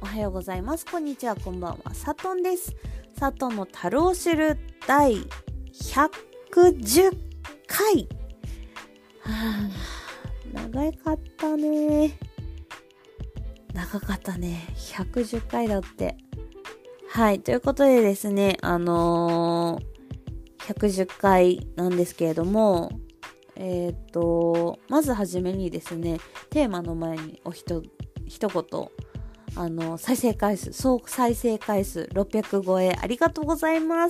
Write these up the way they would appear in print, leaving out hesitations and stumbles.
はようございます。こんにちは、こんばんは。さとんです。さとんの樽を知る第110回。長かったね。110回だって。はい、ということでですね、110回なんですけれども、まずはじめにですね、テーマの前に一言、再生回数、総再生回数600超えありがとうございます。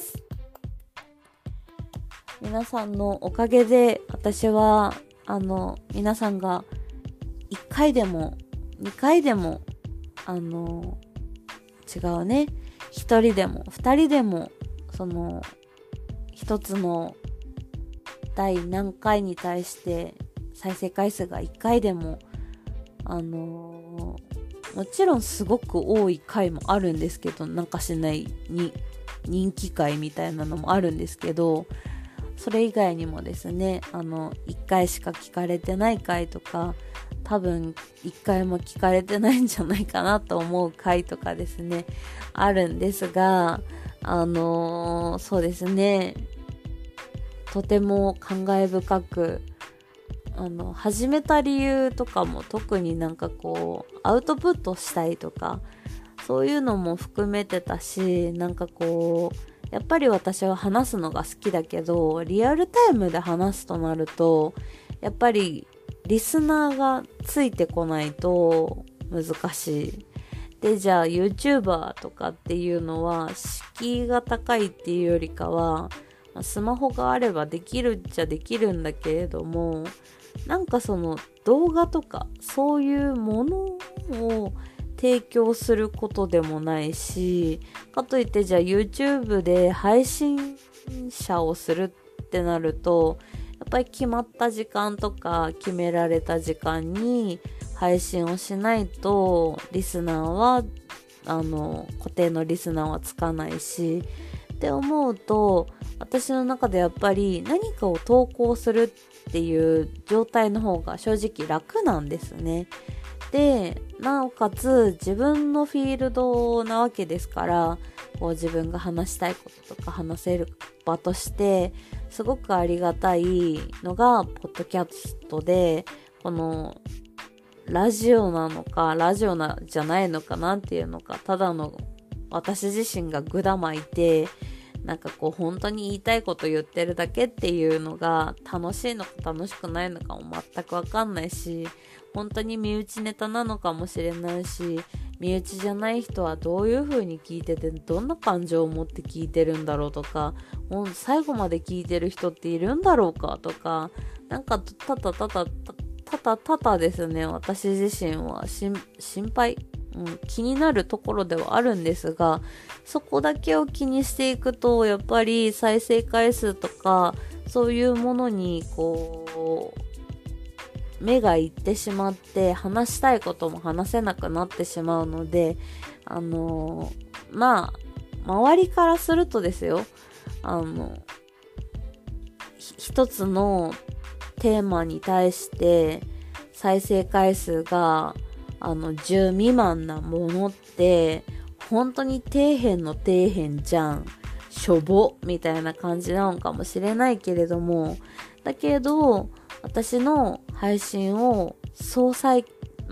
皆さんのおかげで私は皆さんが1回でも2回でも違うね、1人でも2人でもその一つの第何回に対して再生回数が1回でももちろんすごく多い回もあるんですけど、なんかしないに人気回みたいなのもあるんですけど、それ以外にもですね、1回しか聞かれてない回とか、多分1回も聞かれてないんじゃないかなと思う回とかですね、あるんですが、そうですね、とても感慨深く、始めた理由とかも特になんかこうアウトプットしたいとかそういうのも含めてたし、なんかこうやっぱり私は話すのが好きだけど、リアルタイムで話すとなるとやっぱりリスナーがついてこないと難しい。で、じゃあ YouTuber とかっていうのは敷居が高いっていうよりかは、スマホがあればできるっちゃできるんだけれども、なんかその動画とかそういうものを提供することでもないし、かといってじゃあ YouTube で配信者をするってなると、やっぱり決まった時間とか決められた時間に配信をしないとリスナーは固定のリスナーはつかないしって思うと、私の中でやっぱり何かを投稿するっていう状態の方が正直楽なんですね。で、なおかつ自分のフィールドなわけですから、こう自分が話したいこととか話せる場としてすごくありがたいのがポッドキャストで、このラジオなのかラジオじゃないのかなんていうのか、ただの私自身がぐだ巻いてなんかこう本当に言いたいこと言ってるだけっていうのが楽しいのか楽しくないのかも全くわかんないし、本当に身内ネタなのかもしれないし、身内じゃない人はどういう風に聞いててどんな感情を持って聞いてるんだろうとか、もう最後まで聞いてる人っているんだろうかとか、なんかただですね、私自身は心配、気になるところではあるんですが、そこだけを気にしていくとやっぱり再生回数とかそういうものにこう目がいってしまって、話したいことも話せなくなってしまうので、周りからするとですよ、一つのテーマに対して再生回数が10未満なものって本当に底辺の底辺じゃん、しょぼみたいな感じなのかもしれないけれども、だけど私の配信を110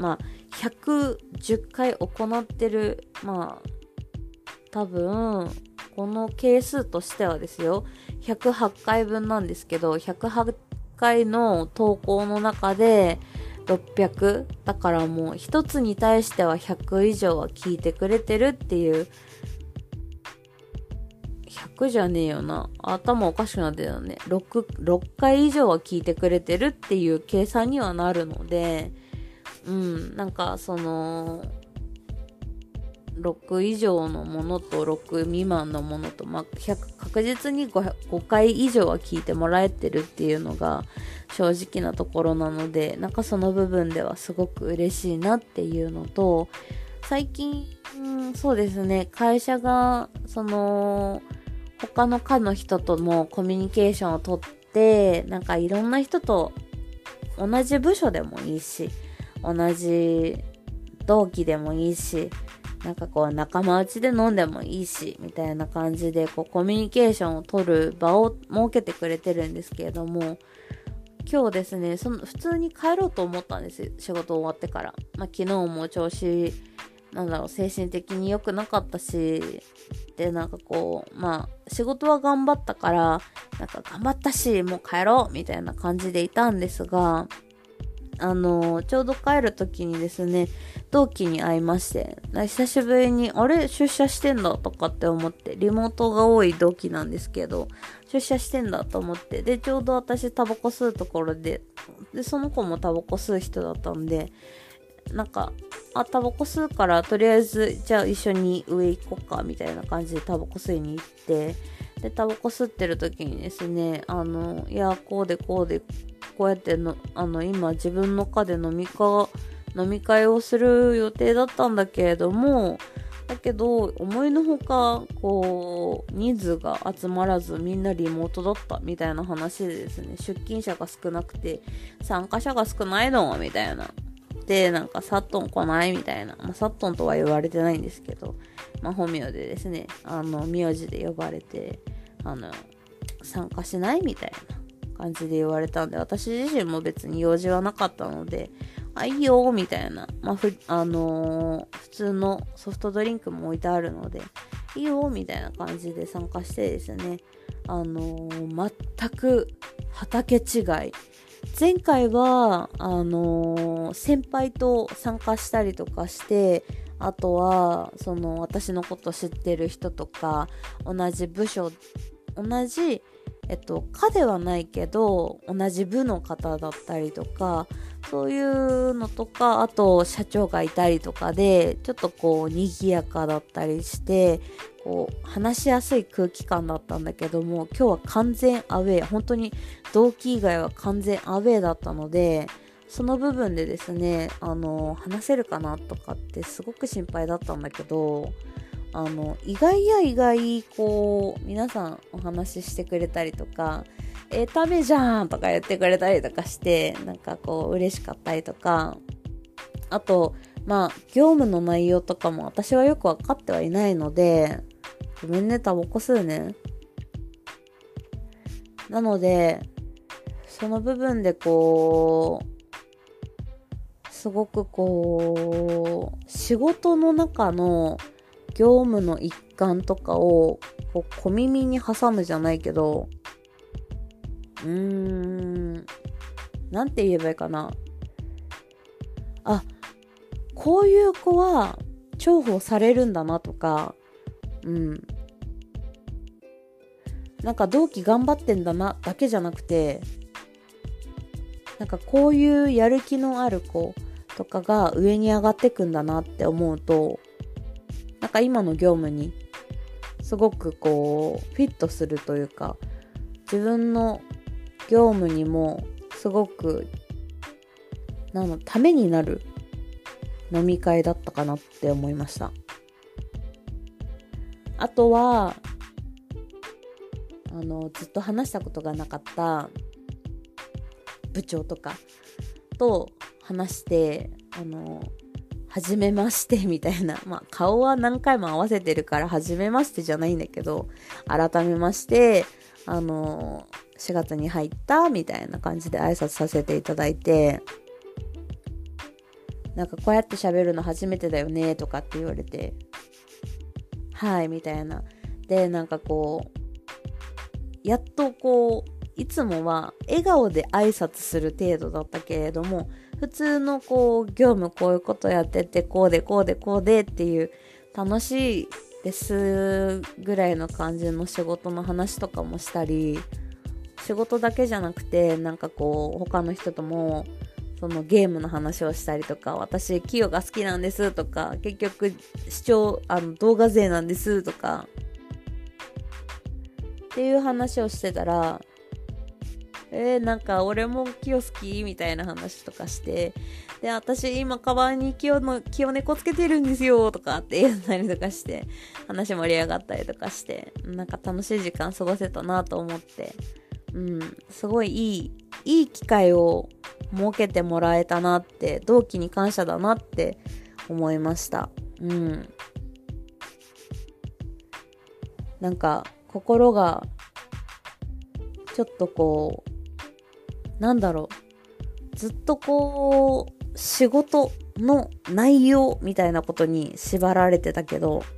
回行ってる、多分この係数としてはですよ、108回分なんですけど、108回の投稿の中で600だからもう一つに対しては100以上は聞いてくれてるっていう、100じゃねえよな、頭おかしくなってたよね、6回以上は聞いてくれてるっていう計算にはなるので、なんかその6以上のものと6未満のものと、確実に 5回以上は聞いてもらえてるっていうのが正直なところなので、なんかその部分ではすごく嬉しいなっていうのと、最近そうですね、会社がその他の課の人ともコミュニケーションをとって、なんかいろんな人と同じ部署でもいいし同じ同期でもいいし、 なんかこう仲間内で飲んでもいいし、みたいな感じでこうコミュニケーションを取る場を設けてくれてるんですけれども、今日ですね、普通に帰ろうと思ったんですよ。仕事終わってから。昨日も調子、精神的に良くなかったし、で、仕事は頑張ったから、頑張ったし、もう帰ろうみたいな感じでいたんですが、ちょうど帰る時にですね、同期に会いまして、久しぶりに、あれ出社してんだとかって思って、リモートが多い同期なんですけど、出社してんだと思って、で、ちょうど私タバコ吸うところで、その子もタバコ吸う人だったんで、タバコ吸うから、とりあえず、じゃあ一緒に上行こっか、みたいな感じでタバコ吸いに行って、で、タバコ吸ってる時にですね、いや、こうで、こうやって今自分の課で飲み会をする予定だったんだけれども、だけど、思いのほか、人数が集まらずみんなリモートだったみたいな話でですね、出勤者が少なくて、参加者が少ないのみたいな。で、サットン来ないみたいな。サットンとは言われてないんですけど、本名でですね、名字で呼ばれて、参加しないみたいな感じで言われたんで、私自身も別に用事はなかったので、いいよみたいな、普通のソフトドリンクも置いてあるので、いいよみたいな感じで参加してですね、全く畑違い。前回は先輩と参加したりとかして、あとは私のこと知ってる人とか、同じ課ではないけど同じ部の方だったりとか、そういうのとか、あと社長がいたりとかで、ちょっと賑やかだったりして、話しやすい空気感だったんだけども、今日は完全アウェー、本当に同期以外は完全アウェーだったので、その部分でですね、話せるかなとかってすごく心配だったんだけど、意外や意外、皆さんお話ししてくれたりとか、食べじゃんとか言ってくれたりとかして、嬉しかったりとか、あと、業務の内容とかも私はよくわかってはいないので、ごめんね、タバコ吸うね。なので、その部分ですごく仕事の中の業務の一環とかを小耳に挟むじゃないけど、なんて言えばいいかな。こういう子は重宝されるんだなとか、同期頑張ってんだなだけじゃなくて、こういうやる気のある子とかが上に上がってくんだなって思うと、今の業務にすごくフィットするというか、自分の業務にもすごくためになる飲み会だったかなって思いました。あとはずっと話したことがなかった部長とかと話して、初めましてみたいな、顔は何回も合わせてるから初めましてじゃないんだけど、改めまして4月に入ったみたいな感じで挨拶させていただいて、こうやって喋るの初めてだよねとかって言われて、はいみたいな。でやっといつもは笑顔で挨拶する程度だったけれども、普通の業務こういうことやってて、こうでっていう楽しいですぐらいの感じの仕事の話とかもしたり、仕事だけじゃなくて他の人ともそのゲームの話をしたりとか、私キヨが好きなんですとか、結局動画勢なんですとかっていう話をしてたら、俺もキヨ好きみたいな話とかして、で私今カバンにキヨ猫つけてるんですよとかって言ったりとかして、話盛り上がったりとかして、楽しい時間過ごせたなと思って、すごいいい機会を設けてもらえたなって、同期に感謝だなって思いました。 なんか心がちょっとこう、なんだろう、ずっとこう仕事の内容みたいなことに縛られてたけど、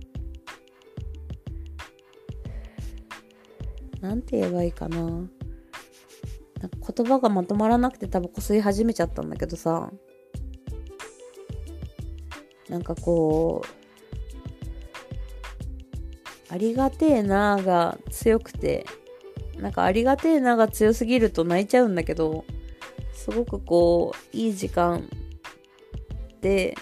なんて言えばいいかな、なんか言葉がまとまらなくてタバコ吸い始めちゃったんだけどさ、なんかこう、ありがてえなーが強くて、なんかありがてえなが強すぎると泣いちゃうんだけど、すごくこういい時間で、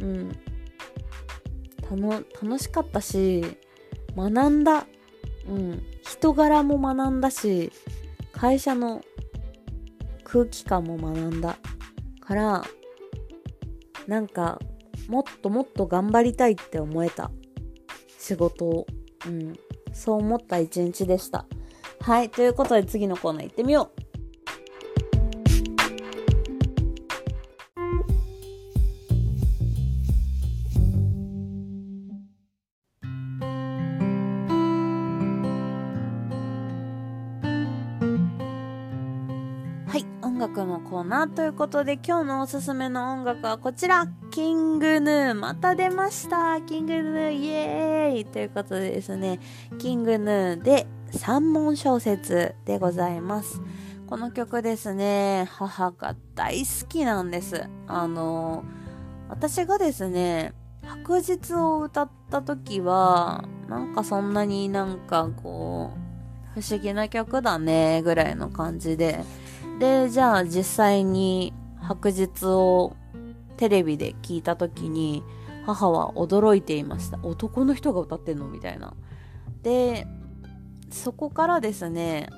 楽しかったし、学んだ、人柄も学んだし、会社の空気感も学んだから、なんかもっともっと頑張りたいって思えた、仕事を、そう思った一日でした。はい、ということで次のコーナー行ってみよう。はい、音楽のコーナーということで、今日のおすすめの音楽はこちら、キングヌー。また出ました、キングヌー、イエーイということでですね、キングヌーで三文小説でございます。この曲ですね、母が大好きなんです。私がですね、白日を歌った時は、なんかそんなになんかこう、不思議な曲だねぐらいの感じで、で、じゃあ実際に白日をテレビで聞いたときに、母は驚いていました。男の人が歌ってんのみたいな。で、そこからですね、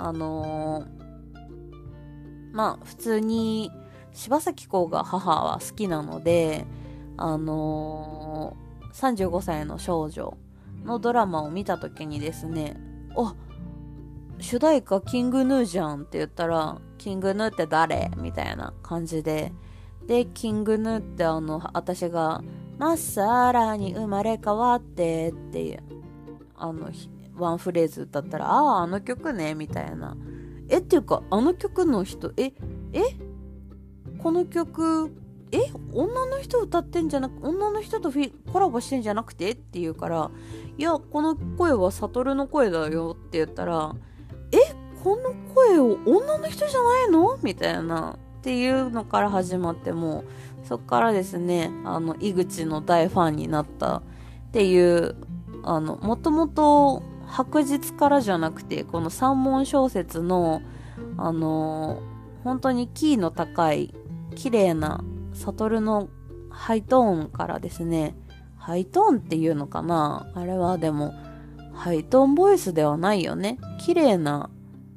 普通に柴咲コウが母は好きなので、35歳の少女のドラマを見たときにですね、主題歌キングヌーじゃんって言ったら、キングヌーって誰みたいな感じで、で、キングヌーって私が、まっさらに生まれ変わってっていう、ワンフレーズ歌ったら、あの曲ね、みたいな。っていうか、あの曲の人、この曲、女の人歌ってんじゃなく、女の人とコラボしてんじゃなくてって言うから、いや、この声はサトルの声だよって言ったら、この声を女の人じゃないのみたいなっていうのから始まって、もうそっからですね、井口の大ファンになったっていう、もともと白日からじゃなくて、この三文小説の本当にキーの高い綺麗なサトルのハイトーンからですね、ハイトーンっていうのかな、あれはでもハイトーンボイスではないよね、綺麗な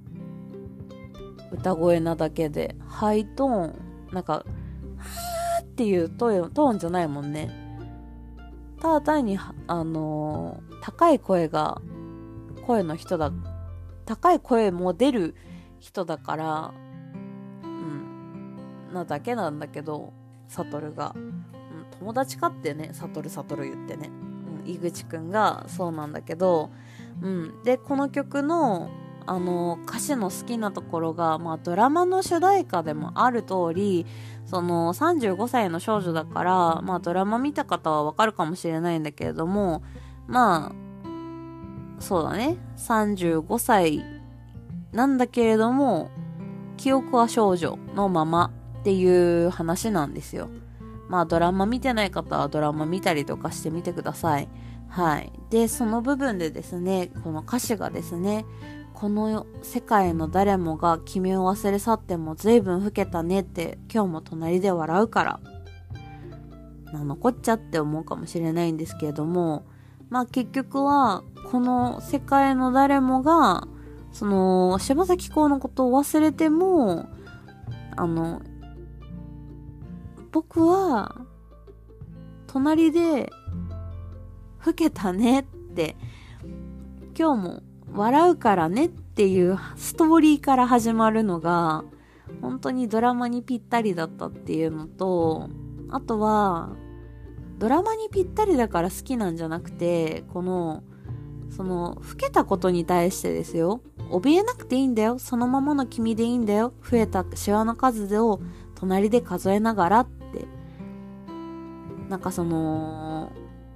歌声なだけで、ハイトーン、なんかはーっていうトーンじゃないもんね。ただ単に高い声の人だ、高い声も出る人だから、なだけなんだけど、サトルが、友達かってね、サトル言ってね、井口くんがそうなんだけど、でこの曲の歌詞の好きなところが、ドラマの主題歌でもある通り、その35歳の少女だから、ドラマ見た方はわかるかもしれないんだけれども、そうだね、35歳なんだけれども、記憶は少女のままっていう話なんですよ。ドラマ見てない方はドラマ見たりとかしてみてください。はい。で、その部分でですね、この歌詞がですね、この世界の誰もが君を忘れ去っても随分老けたねって、今日も隣で笑うから残っちゃって思うかもしれないんですけれども、結局はこの世界の誰もがその柴咲コウのことを忘れても、僕は隣で老けたねって、今日も笑うからねっていうストーリーから始まるのが本当にドラマにぴったりだったっていうのと、あとはドラマにぴったりだから好きなんじゃなくて、このその老けたことに対してですよ、怯えなくていいんだよ、そのままの君でいいんだよ、増えたシワの数を隣で数えながらって、なんかその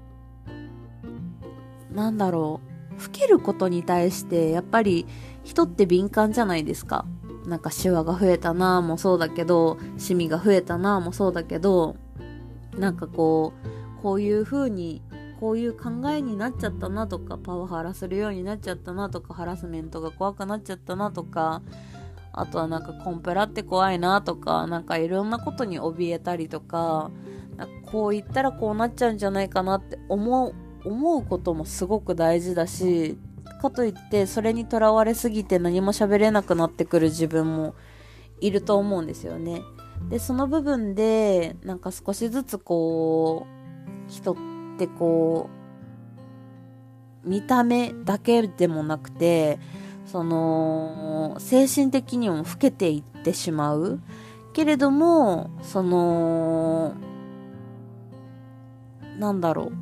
なんだろう、老けることに対してやっぱり人って敏感じゃないですか。なんかシワが増えたなもそうだけど、シミが増えたなもそうだけど、なんかこういう風にこういう考えになっちゃったなとか、パワハラするようになっちゃったなとか、ハラスメントが怖くなっちゃったなとか、あとはなんかコンプラって怖いなとか、なんかいろんなことに怯えたりとか、なんかこう言ったらこうなっちゃうんじゃないかなって思うこともすごく大事だし、かといってそれにとらわれすぎて何も喋れなくなってくる自分もいると思うんですよね。でその部分でなんか少しずつこう人ってこう見た目だけでもなくて、その精神的にも老けていってしまうけれども、そのなんだろう、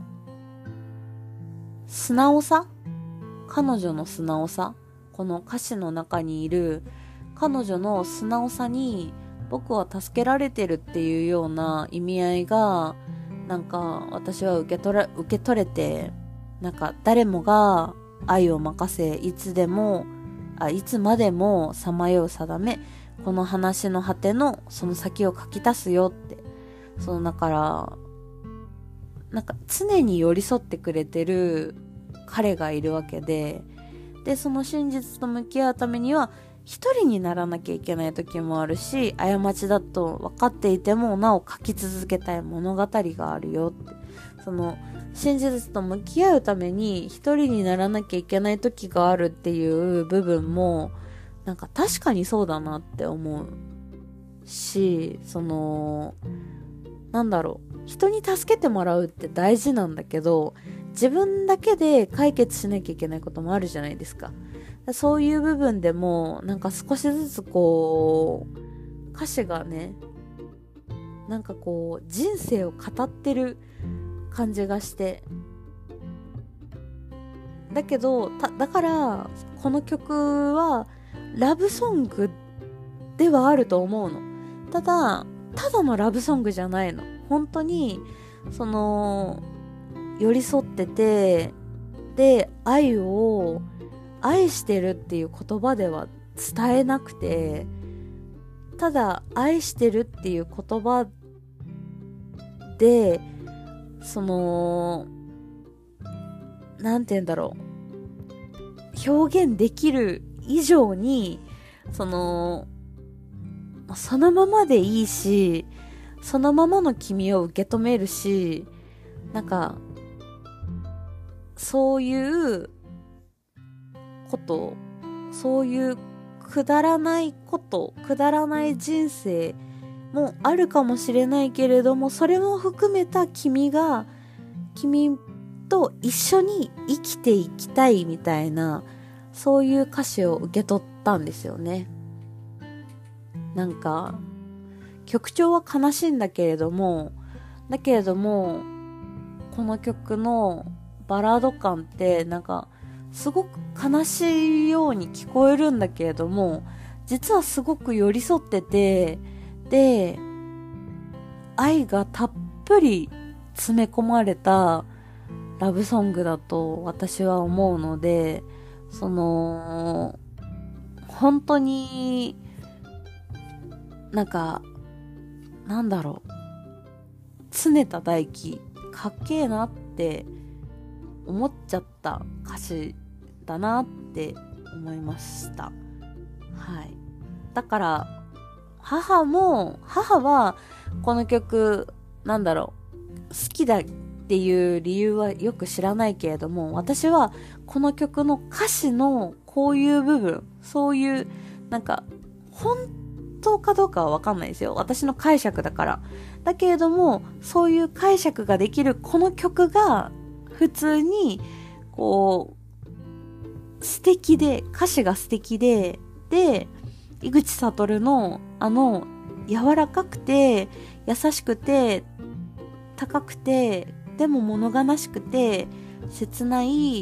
素直さ、彼女の素直さ、この歌詞の中にいる彼女の素直さに僕は助けられてるっていうような意味合いがなんか私は受け取れて、なんか誰もが愛を任せ、いつまでもさまよう定め、この話の果てのその先を書き足すよって、そのだからなんか常に寄り添ってくれてる彼がいるわけで、その真実と向き合うためには一人にならなきゃいけない時もあるし、過ちだと分かっていてもなお書き続けたい物語があるよって、その真実と向き合うために一人にならなきゃいけない時があるっていう部分もなんか確かにそうだなって思うし、そのなんだろう、人に助けてもらうって大事なんだけど、自分だけで解決しなきゃいけないこともあるじゃないですか。そういう部分でもなんか少しずつこう歌詞がね、なんかこう人生を語ってる感じがして、だけどだからこの曲はラブソングではあると思うの。ただのラブソングじゃないの。本当にその寄り添ってて、で愛してるっていう言葉では伝えなくて、ただ愛してるっていう言葉でそのなんて言うんだろう、表現できる以上にそのままでいいし、そのままの君を受け止めるし、なんかそういうこと、そういうくだらないこと、くだらない人生もあるかもしれないけれども、それも含めた君と一緒に生きていきたいみたいな、そういう歌詞を受け取ったんですよね。なんか曲調は悲しいんだけれども、この曲のバラード感ってなんかすごく悲しいように聞こえるんだけれども、実はすごく寄り添ってて、で愛がたっぷり詰め込まれたラブソングだと私は思うので、その本当になんかなんだろう、常田大樹かっけえなって思っちゃった歌詞だなって思いました。はい。だから母はこの曲なんだろう、好きだっていう理由はよく知らないけれども、私はこの曲の歌詞のこういう部分、そういうなんか本当かどうかは分かんないですよ、私の解釈だから。だけれどもそういう解釈ができるこの曲が普通にこう素敵で、歌詞が素敵で、井口悟の柔らかくて優しくて高くてでも物悲しくて切ない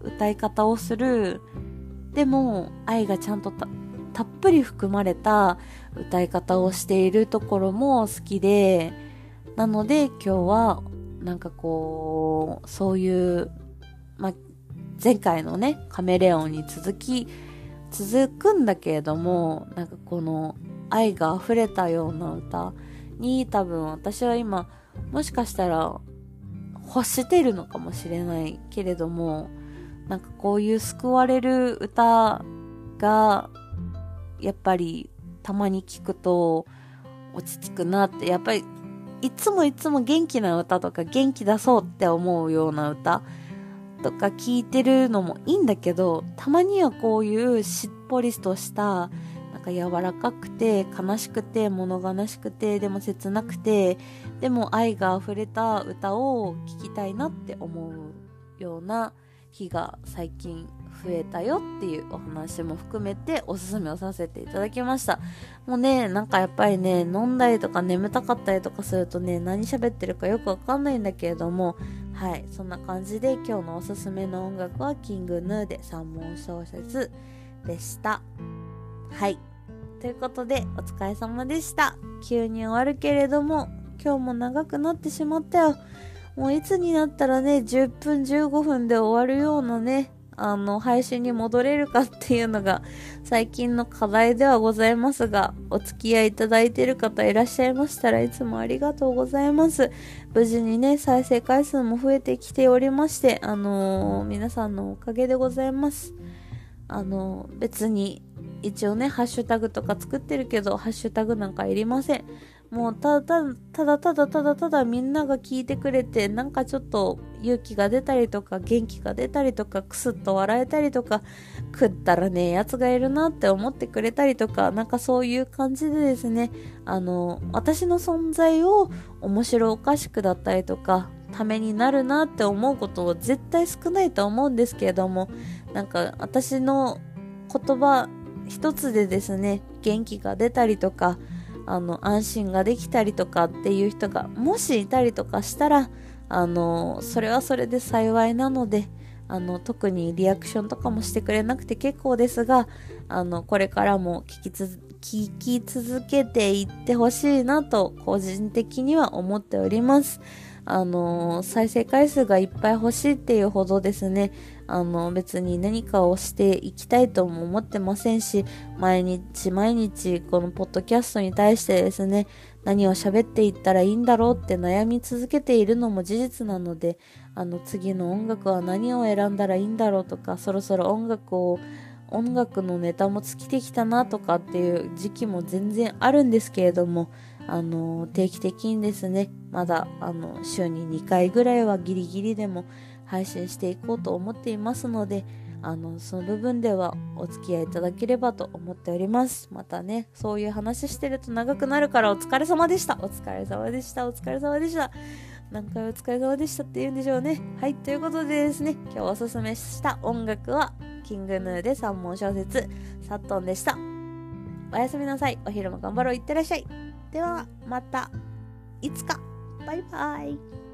歌い方をする、でも愛がちゃんとたっぷり含まれた歌い方をしているところも好きで、なので今日はなんかこうそういう、前回のねカメレオンに続くんだけれども、なんかこの愛が溢れたような歌に多分私は今もしかしたら欲しているのかもしれないけれども、なんかこういう救われる歌がやっぱりたまに聞くと落ち着くなって、やっぱりいつも元気な歌とか元気出そうって思うような歌とか聞いてるのもいいんだけど、たまにはこういうしっぽりとしたなんか柔らかくて悲しくて物悲しくてでも切なくてでも愛が溢れた歌を聴きたいなって思うような日が最近増えたよっていうお話も含めておすすめをさせていただきました。もうね、なんかやっぱりね、飲んだりとか眠たかったりとかするとね、何喋ってるかよくわかんないんだけれども、はい、そんな感じで今日のおすすめの音楽はキングヌーで三文小説でした。はい、ということでお疲れ様でした。急に終わるけれども今日も長くなってしまったよ。もういつになったらね、10分15分で終わるようなね、配信に戻れるかっていうのが最近の課題ではございますが、お付き合いいただいている方いらっしゃいましたらいつもありがとうございます。無事にね、再生回数も増えてきておりまして、皆さんのおかげでございます。別に一応ね、ハッシュタグとか作ってるけど、ハッシュタグなんかいりません。もうただみんなが聞いてくれて、なんかちょっと勇気が出たりとか元気が出たりとかクスッと笑えたりとか、くったらねえやつがいるなって思ってくれたりとか、なんかそういう感じでですね、私の存在を面白おかしくだったりとかためになるなって思うことを絶対少ないと思うんですけれども、なんか私の言葉一つでですね、元気が出たりとか安心ができたりとかっていう人がもしいたりとかしたら、それはそれで幸いなので、特にリアクションとかもしてくれなくて結構ですが、これからも聞き続けていってほしいなと個人的には思っております。再生回数がいっぱい欲しいっていうほどですね、別に何かをしていきたいとも思ってませんし、毎日このポッドキャストに対してですね、何を喋っていったらいいんだろうって悩み続けているのも事実なので、次の音楽は何を選んだらいいんだろうとか、そろそろ音楽のネタも尽きてきたなとかっていう時期も全然あるんですけれども、定期的にですね、まだ週に2回ぐらいはギリギリでも配信していこうと思っていますので、その部分ではお付き合いいただければと思っております。またね、そういう話してると長くなるから、お疲れ様でした。何回お疲れ様でしたって言うんでしょうね。はい、ということでですね、今日おすすめした音楽はキングヌーで三文小説サットンでした。おやすみなさい。お昼も頑張ろう。いってらっしゃい。ではまたいつか。バイバイ。